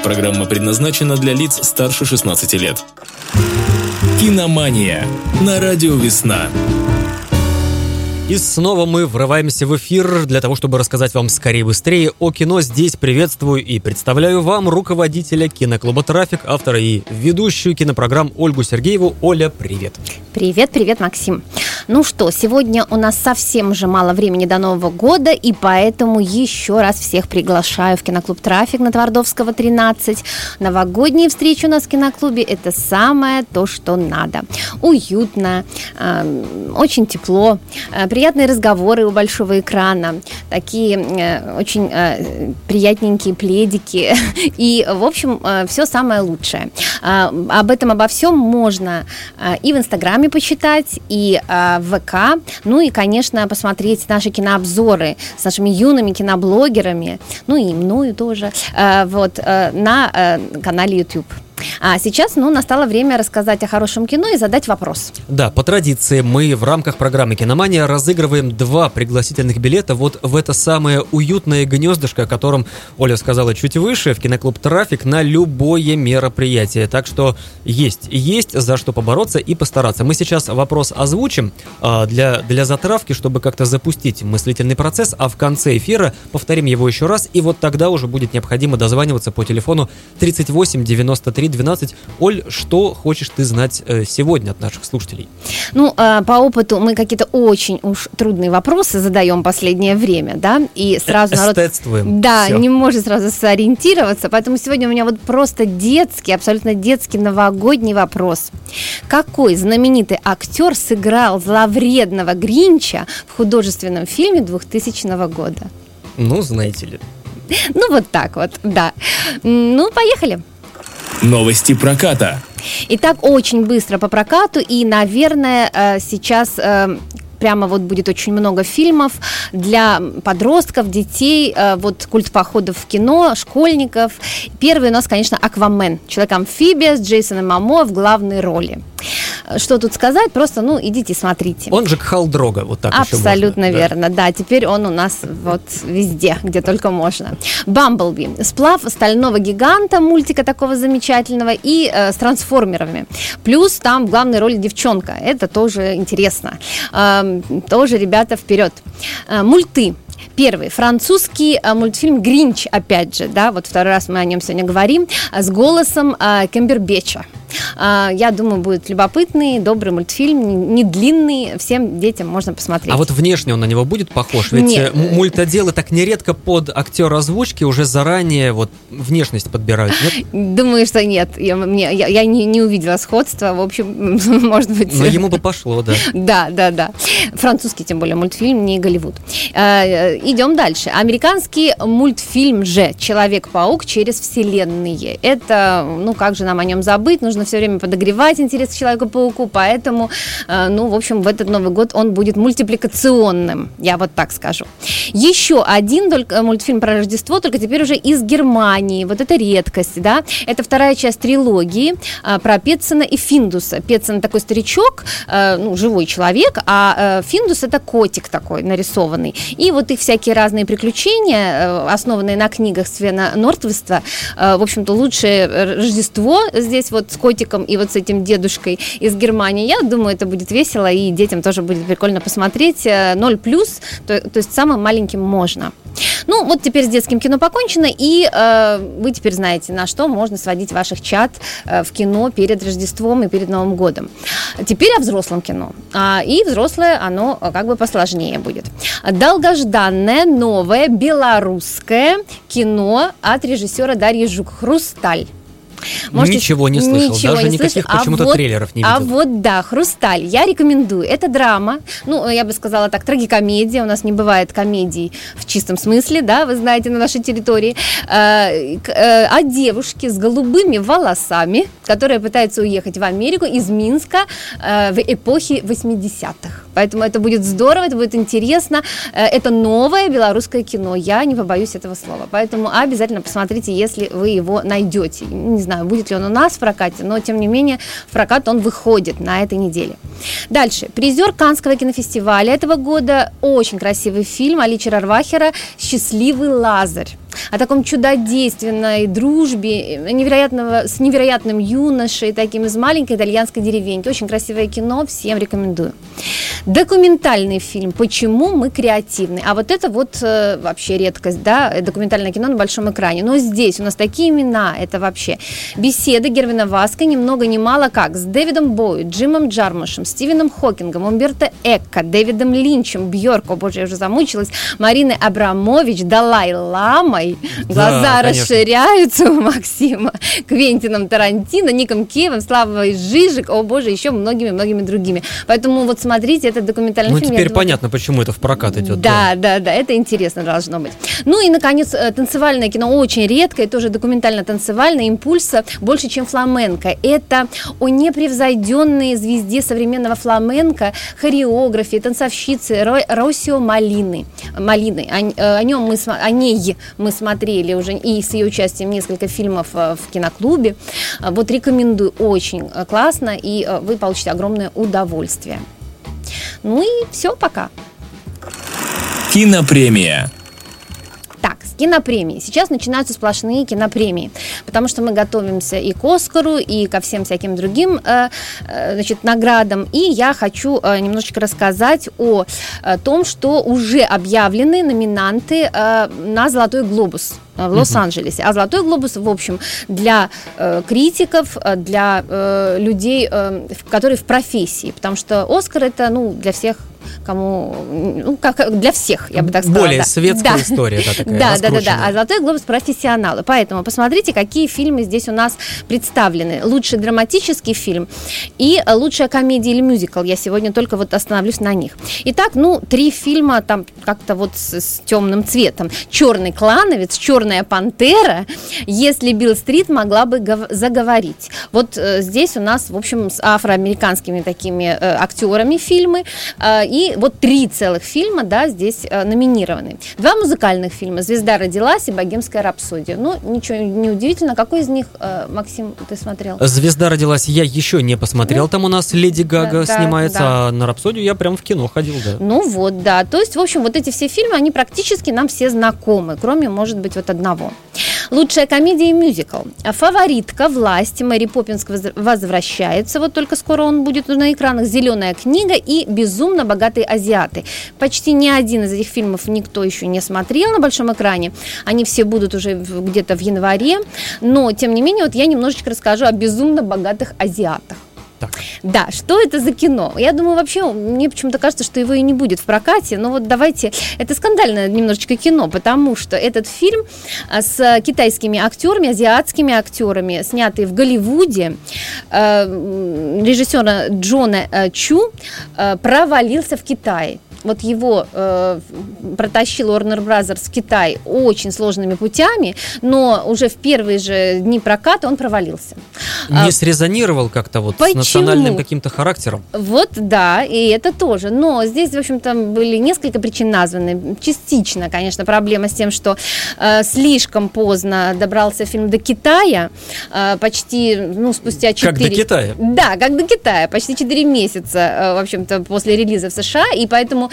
Программа предназначена для лиц старше 16 лет. Киномания на радио «Весна». И снова мы врываемся в эфир для того, чтобы рассказать вам скорее быстрее о кино. Здесь приветствую и представляю вам руководителя киноклуба «Трафик», автора и ведущую кинопрограмм Ольгу Сергееву. Оля, привет. Привет, Максим. Ну что, сегодня у нас совсем же мало времени до Нового года, и поэтому еще раз всех приглашаю в киноклуб «Трафик» на Твардовского, 13. Новогодние встречи у нас в киноклубе – это самое то, что надо. Уютно, очень тепло, приятные разговоры у большого экрана, такие очень приятненькие пледики и, в общем, все самое лучшее. Обо всем можно и в Инстаграме почитать, и в ВК, ну и, конечно, посмотреть наши кинообзоры с нашими юными киноблогерами, ну и мною тоже, на канале YouTube. А сейчас, настало время рассказать о хорошем кино и задать вопрос. Да, по традиции мы в рамках программы «Киномания» разыгрываем 2 пригласительных билета вот в это самое уютное гнездышко, о котором Оля сказала чуть выше, в киноклуб «Трафик» на любое мероприятие. Так что есть за что побороться и постараться. Мы сейчас вопрос озвучим для затравки, чтобы как-то запустить мыслительный процесс, а в конце эфира повторим его еще раз, и вот тогда уже будет необходимо дозваниваться по телефону 38 93 12. Оль, что хочешь ты знать сегодня от наших слушателей? По опыту мы какие-то очень уж трудные вопросы задаем в последнее время, да, и сразу народ не может сразу сориентироваться, поэтому сегодня у меня вот просто абсолютно детский новогодний вопрос. Какой знаменитый актер сыграл зловредного Гринча в художественном фильме 2000 года? Знаете ли. Вот так вот, да. Поехали. Новости проката. Итак, очень быстро по прокату, и, наверное, сейчас прямо будет очень много фильмов для подростков, детей, культ походов в кино, школьников. Первый у нас, конечно, «Аквамен», Человек-амфибия с Джейсоном Момо в главной роли. Что тут сказать? Просто, идите, смотрите. Он же Кхал Дрога, вот так. Абсолютно можно, верно, да. Теперь он у нас везде, где только можно. «Бамблби», сплав стального гиганта, мультика такого замечательного, и с трансформерами. Плюс там в главной роли девчонка. Это тоже интересно. Тоже, ребята, вперед. Мульты. Первый, французский мультфильм «Гринч», опять же, да, второй раз мы о нем сегодня говорим, с голосом Камбербэтча. Я думаю, будет любопытный, добрый мультфильм, не длинный, всем детям можно посмотреть. А внешне он на него будет похож? Ведь мультоделы так нередко под актера озвучки уже заранее внешность подбирают, нет? Думаю, что нет. Я не увидела сходства, в общем, может быть... Но ему бы пошло, да. Да. Французский, тем более, мультфильм, не Голливуд. Идем дальше. Американский мультфильм же «Человек-паук через вселенные». Это, как же нам о нем забыть? Нужно все время подогревать интерес к Человеку-пауку, поэтому, в общем, в этот Новый год он будет мультипликационным, я вот так скажу. Еще один мультфильм про Рождество, только теперь уже из Германии. Это редкость, да? Это вторая часть трилогии про Петсона и Финдуса. Петсон такой старичок, живой человек, а Финдус это котик такой нарисованный. И их всякие разные приключения, основанные на книгах Свена Нордвеста. В общем-то, лучшее Рождество здесь с котиком и с этим дедушкой из Германии. Я думаю, это будет весело, и детям тоже будет прикольно посмотреть. 0+, то есть самым маленьким можно. Теперь с детским кино покончено, и вы теперь знаете, на что можно сводить ваших чад в кино перед Рождеством и перед Новым годом. Теперь о взрослом кино. И взрослое, оно посложнее будет. Долгожданное, новое, белорусское кино от режиссера Дарьи Жук «Хрусталь». Ничего не слышал, даже никаких почему-то трейлеров не видел. «Хрусталь» я рекомендую. Это драма, я бы сказала так, трагикомедия. У нас не бывает комедий в чистом смысле, да, вы знаете, на нашей территории. О девушке с голубыми волосами, которая пытается уехать в Америку из Минска в эпохе 80-х. Поэтому это будет здорово, это будет интересно. Это новое белорусское кино, я не побоюсь этого слова. Поэтому обязательно посмотрите, если вы его найдете. Не знаю, будет ли он у нас в прокате, но тем не менее в прокат он выходит на этой неделе. Дальше. Призер Каннского кинофестиваля этого года. Очень красивый фильм Али Чарарвахера «Счастливый Лазарь». о таком чудодейственной дружбе с невероятным юношей, таким из маленькой итальянской деревеньки. Очень красивое кино, всем рекомендую. Документальный фильм «Почему мы креативны». А вот это вот вообще редкость, да, документальное кино на большом экране. Но здесь у нас такие имена, это вообще беседы Гервина Васка, ни много ни мало как, с Дэвидом Боуи, Джимом Джармушем, Стивеном Хокингом, Умберто Эко, Дэвидом Линчем, Бьорк, о боже, я уже замучилась, Мариной Абрамович, Далай-ламой, глаза расширяются у Максима, Квентином Тарантино, Ником Кейвом, Славой Жижик, о боже, еще многими-многими другими. Поэтому вот смотрите, этот документальный фильм. Ну, теперь понятно, почему это в прокат идет. Да, это интересно должно быть. Ну и, наконец, танцевальное кино очень редкое, тоже документально-танцевальное, импульса больше, чем фламенко. Это о непревзойденной звезде современного фламенко, хореографии, танцовщице Росио Малины. О ней мы смотрели уже и с ее участием несколько фильмов в киноклубе. Вот рекомендую, очень классно, и вы получите огромное удовольствие. Ну и все, пока. Кинопремия. Так, с кинопремии. Сейчас начинаются сплошные кинопремии, потому что мы готовимся и к «Оскару», и ко всем всяким другим наградам. И я хочу немножечко рассказать о том, что уже объявлены номинанты на «Золотой глобус» в Лос-Анджелесе. А «Золотой глобус», в общем, для критиков, для людей, которые в профессии, потому что «Оскар» это, для всех, кому, как для всех, я бы так сказала. Более светская история, такая. Да. А «Золотой глобус» профессионалы. Поэтому посмотрите, какие фильмы здесь у нас представлены. Лучший драматический фильм и лучшая комедия или мюзикл. Я сегодня только вот остановлюсь на них. Итак, 3 фильма там как-то вот с темным цветом. «Черный клановец», «Черная пантера», «Если Билл Стрит могла бы заговорить». Вот здесь у нас, в общем, с афроамериканскими такими актерами фильмы. И вот 3 целых фильма, да, здесь номинированы. 2 музыкальных фильма «Звезда родилась» и «Богемская рапсодия». Ничего не удивительно. Какой из них, Максим, ты смотрел? «Звезда родилась» я еще не посмотрел. Там у нас Леди Гага снимается, а на «Рапсодию» я прям в кино ходил, да. То есть, в общем, вот эти все фильмы, они практически нам все знакомы, кроме, может быть, вот одного. Лучшая комедия и мюзикл. «Фаворитка», «Власть», Мэри Поппинс возвращается, вот только скоро он будет на экранах, «Зеленая книга» и «Безумно богатые азиаты». Почти ни один из этих фильмов никто еще не смотрел на большом экране, они все будут уже где-то в январе, но, тем не менее, вот я немножечко расскажу о «Безумно богатых азиатах». Да, что это за кино? Я думаю, вообще, мне почему-то кажется, что его и не будет в прокате, но вот давайте, это скандальное немножечко кино, потому что этот фильм с китайскими актерами, азиатскими актерами, снятый в Голливуде, режиссера Джона Чу, провалился в Китае. Вот его протащил Warner Brothers в Китай очень сложными путями, но уже в первые же дни проката он провалился. Не срезонировал как-то вот с национальным каким-то характером? Вот да, и это тоже. Но здесь, в общем-то, были несколько причин названы. Частично, конечно, проблема с тем, что слишком поздно добрался фильм до Китая, почти, спустя 4... Как до Китая? Да, как до Китая, почти 4 месяца, в общем-то, после релиза в США, и поэтому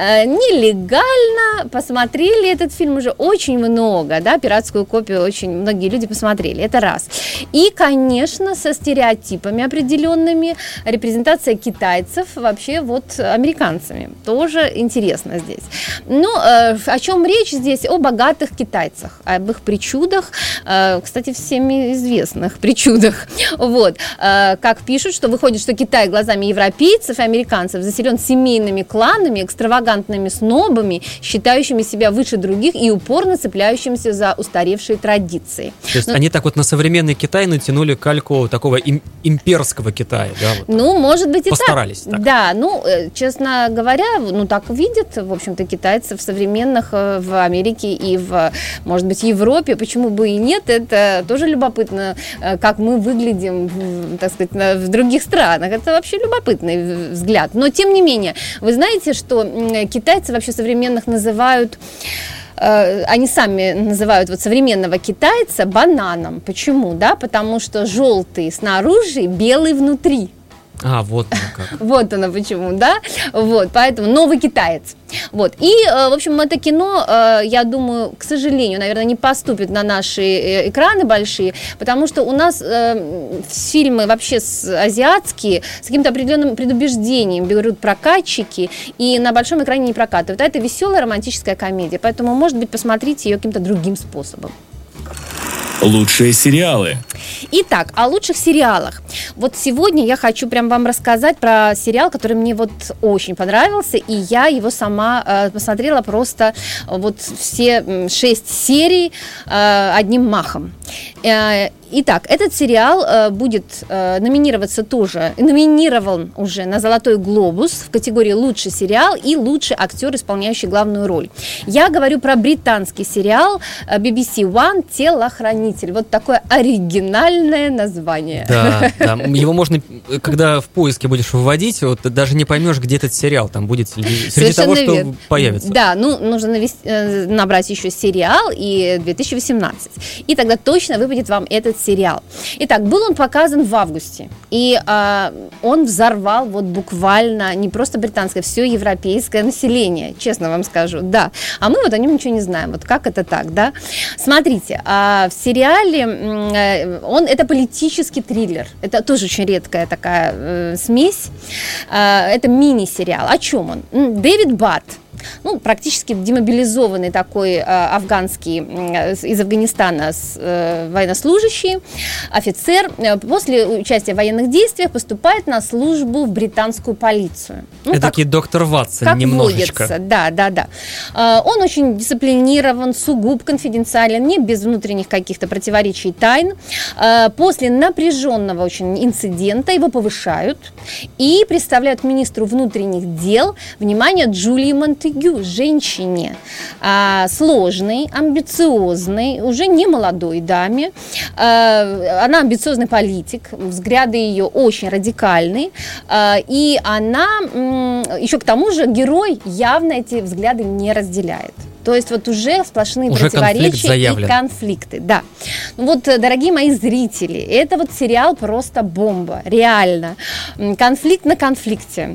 нелегально посмотрели этот фильм уже очень много, да, пиратскую копию очень многие люди посмотрели, это раз. И, конечно, со стереотипами определенными, репрезентация китайцев вообще вот американцами, тоже интересно здесь. О чем речь здесь? О богатых китайцах, об их причудах, кстати, всеми известных причудах, вот, как пишут, что выходит, что Китай глазами европейцев и американцев заселен семейными кланами, экстравагантными снобами, считающими себя выше других и упорно цепляющимися за устаревшие традиции. То есть они так вот на современный Китай натянули кальку такого имперского Китая, да? Вот. Может быть и постарались так. Да, честно говоря, так видят, в общем-то, китайцев современных в Америке и в, может быть, Европе, почему бы и нет, это тоже любопытно, как мы выглядим, так сказать, в других странах, это вообще любопытный взгляд, но тем не менее, вы знаете, что китайцы вообще современных называют, они сами называют вот современного китайца бананом. Почему? Да? Потому что желтый снаружи, белый внутри. Вот как. Вот оно почему, да? Вот, поэтому «Новый китаец». Вот, и, в общем, это кино, я думаю, к сожалению, наверное, не поступит на наши экраны большие, потому что у нас фильмы вообще азиатские с каким-то определенным предубеждением берут прокатчики и на большом экране не прокатывают. А это веселая романтическая комедия, поэтому, может быть, посмотрите ее каким-то другим способом. Лучшие сериалы. Итак, о лучших сериалах. Вот сегодня я хочу прям вам рассказать про сериал, который мне вот очень понравился, и я его сама посмотрела просто вот все 6 серий одним махом. Итак, этот сериал будет номинирован уже на «Золотой глобус» в категории «Лучший сериал» и «Лучший актер, исполняющий главную роль». Я говорю про британский сериал BBC One «Телохранитель». Вот такое оригинальное название. Да, его можно, когда в поиске будешь вводить, вот ты даже не поймешь, где этот сериал там будет среди того, что появится. Да, нужно набрать еще сериал и 2018. И тогда точно выпадет вам этот сериал. Итак, был он показан в августе, и он взорвал вот буквально не просто британское, все европейское население, честно вам скажу, да. А мы вот о нем ничего не знаем, вот как это так, да? Смотрите, в сериале это политический триллер, это тоже очень редкая такая смесь, это мини-сериал. О чем он? Дэвид Батт, практически демобилизованный такой афганский из Афганистана военнослужащий, офицер, после участия в военных действиях поступает на службу в британскую полицию. Эдакий доктор Ватсон как немножечко. Водится, да. Он очень дисциплинирован, сугуб конфиденциален, не без внутренних каких-то противоречий и тайн. После напряженного очень инцидента его повышают и представляют министру внутренних дел, внимание, Джулии Монтегю, женщине сложной, амбициозной, уже не молодой даме. Она амбициозный политик, взгляды ее очень радикальны, и она, еще к тому же, герой явно эти взгляды не разделяет. То есть вот уже сплошные противоречия и конфликты. Да. Дорогие мои зрители, это вот сериал просто бомба, реально. Конфликт на конфликте.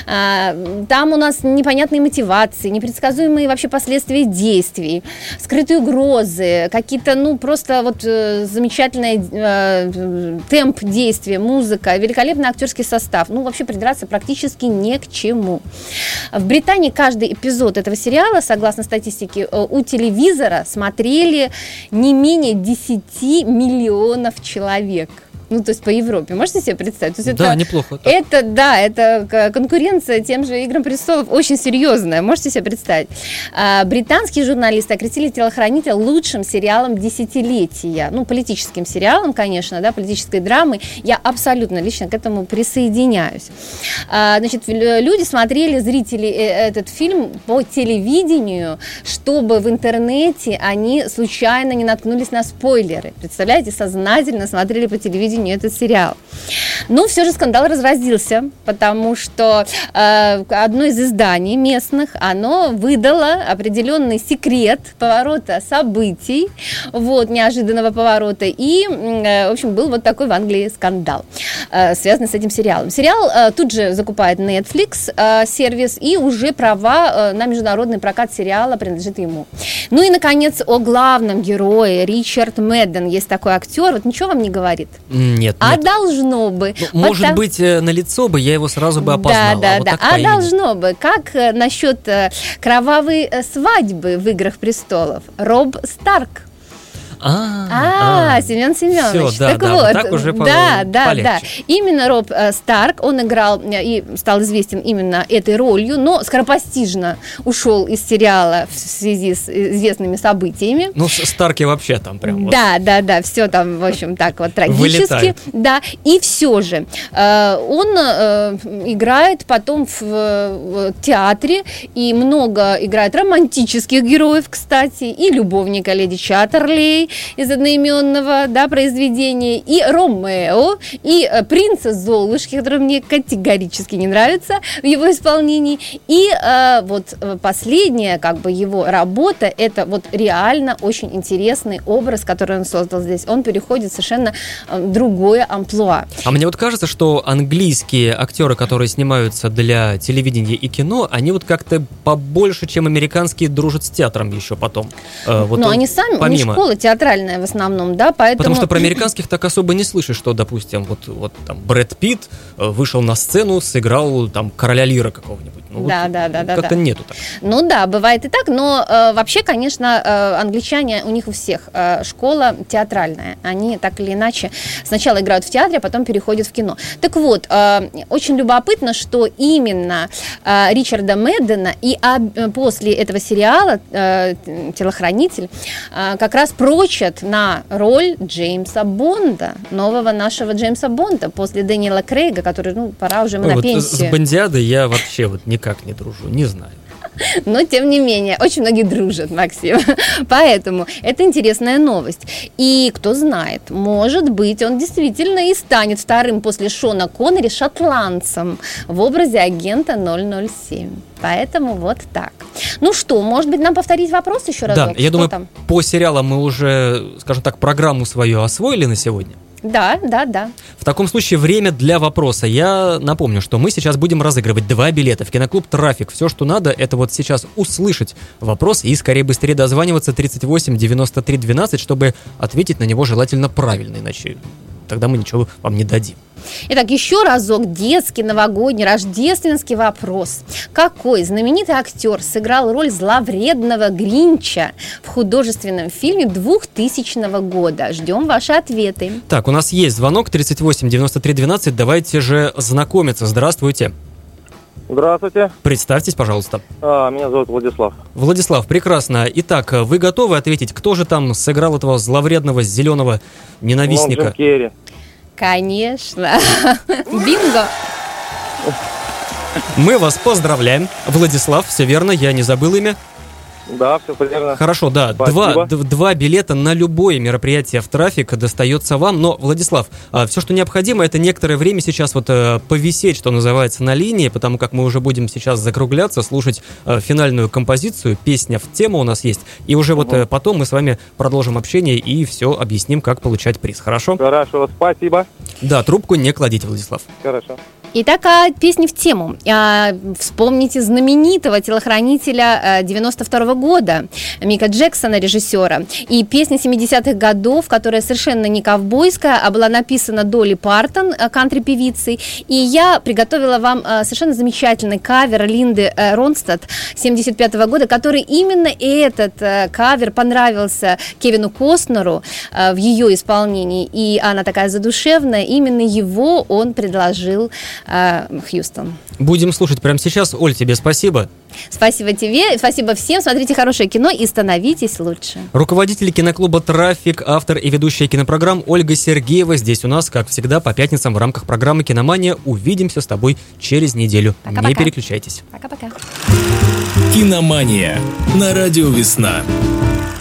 Там у нас непонятные мотивации, непредсказуемые вообще последствия действий, скрытые угрозы, какие-то, просто вот замечательный темп действия, музыка, великолепный актерский состав. Вообще придраться практически не к чему. В Британии каждый эпизод этого сериала, согласно статистике, у телевизора смотрели не менее 10 миллионов человек. То есть по Европе. Можете себе представить? То есть да, неплохо. Это конкуренция тем же «Играм престолов» очень серьезная. Можете себе представить? Британские журналисты окрестили «Телохранитель» лучшим сериалом десятилетия. Политическим сериалом, конечно, да, политической драмой. Я абсолютно лично к этому присоединяюсь. Люди смотрели, зрители, этот фильм по телевидению, чтобы в интернете они случайно не наткнулись на спойлеры. Представляете, сознательно смотрели по телевидению этот сериал. Все же скандал разразился, потому что одно из изданий местных, оно выдало определенный секрет поворота событий, неожиданного поворота, и, в общем, был вот такой в Англии скандал, связанный с этим сериалом. Сериал тут же закупает Netflix сервис, и уже права на международный прокат сериала принадлежит ему. И, наконец, о главном герое, Ричард Мэдден, есть такой актер, ничего вам не говорит? Нет. Должно бы. Может быть, на лицо бы я его сразу бы опознала. Да. Должно бы. Как насчет кровавой свадьбы в «Играх престолов»? Роб Старк. Семен Семенович. Все, да, так уже полегче. Именно Роб Старк, он играл и стал известен именно этой ролью, но скоропостижно ушел из сериала в связи с известными событиями. Старки вообще там прям Да, все там, в общем, так вот трагически. Вылетает. Да, и все же он играет потом в театре, и много играет романтических героев, кстати, и любовника леди Чаттерлей, из одноименного, да, произведения, и Ромео, и «Принцесс Золушки», который мне категорически не нравится в его исполнении, и вот последняя, как бы, его работа, это вот реально очень интересный образ, который он создал здесь. Он переходит в совершенно другое амплуа. А мне вот кажется, что английские актеры, которые снимаются для телевидения и кино, они вот как-то побольше, чем американские, дружат с театром еще потом. Вот. Но они сами, помимо. У них школа театральная в основном, да, поэтому... Потому что про американских так особо не слышишь, что, допустим, вот там Брэд Питт вышел на сцену, сыграл там короля Лира какого-нибудь. Ну, да. Как-то нету так. Ну да, бывает и так, но вообще, конечно, англичане, у них у всех школа театральная. Они так или иначе сначала играют в театре, а потом переходят в кино. Так вот, очень любопытно, что именно Ричарда Мэддена и после этого сериала «Телохранитель» как раз прочат на роль Джеймса Бонда, нового нашего Джеймса Бонда, после Дэниела Крейга, который, пора уже ему на пенсию. С Бондиадой я вообще никак не дружу, не знаю. Но, тем не менее, очень многие дружат, Максим. Поэтому это интересная новость. И кто знает, может быть, он действительно и станет вторым после Шона Коннери шотландцем в образе агента 007. Поэтому вот так. Ну что, может быть, нам повторить вопрос еще разок? Да, я думаю, по сериалам мы уже, скажем так, программу свою освоили на сегодня. Да. В таком случае время для вопроса. Я напомню, что мы сейчас будем разыгрывать 2 билета в киноклуб «Трафик». Все, что надо, это вот сейчас услышать вопрос и скорее быстрее дозваниваться 38 93 12, чтобы ответить на него желательно правильно, иначе тогда мы ничего вам не дадим. Итак, еще разок детский, новогодний, рождественский вопрос. Какой знаменитый актер сыграл роль зловредного Гринча в художественном фильме 2000 года? Ждем ваши ответы. Так, у нас есть звонок 38 93 12. Давайте же знакомиться. Здравствуйте. Здравствуйте. Представьтесь, пожалуйста. Меня зовут Владислав. Владислав, прекрасно. Итак, вы готовы ответить, кто же там сыграл этого зловредного зеленого ненавистника? Джим Керри. Конечно. Бинго. Мы вас поздравляем. Владислав, все верно, я не забыл имя. Да, все верно. Хорошо, да. Два билета на любое мероприятие в «Трафик» достается вам. Но, Владислав, все, что необходимо, это некоторое время сейчас повисеть, что называется, на линии, потому как мы уже будем сейчас закругляться, слушать финальную композицию. Песня в тему у нас есть. И уже потом мы с вами продолжим общение и все объясним, как получать приз. Хорошо? Хорошо, спасибо. Да, трубку не кладите, Владислав. Хорошо. Итак, песни в тему. Вспомните знаменитого телохранителя 92 года, Мика Джексона, режиссера. И песня 70-х годов, которая совершенно не ковбойская, а была написана Долли Партон, кантри-певицей. И я приготовила вам совершенно замечательный кавер Линды Ронстадт 75 года, который именно этот кавер понравился Кевину Костнеру в ее исполнении. И она такая задушевная. Именно его он предложил Хьюстон. Будем слушать прямо сейчас. Оль, тебе спасибо. Спасибо тебе, спасибо всем. Смотрите хорошее кино и становитесь лучше. Руководитель киноклуба «Трафик», автор и ведущая кинопрограмм Ольга Сергеева здесь у нас, как всегда, по пятницам в рамках программы «Киномания». Увидимся с тобой через неделю. Пока-пока. Не переключайтесь. Пока-пока. «Киномания» на радио «Весна».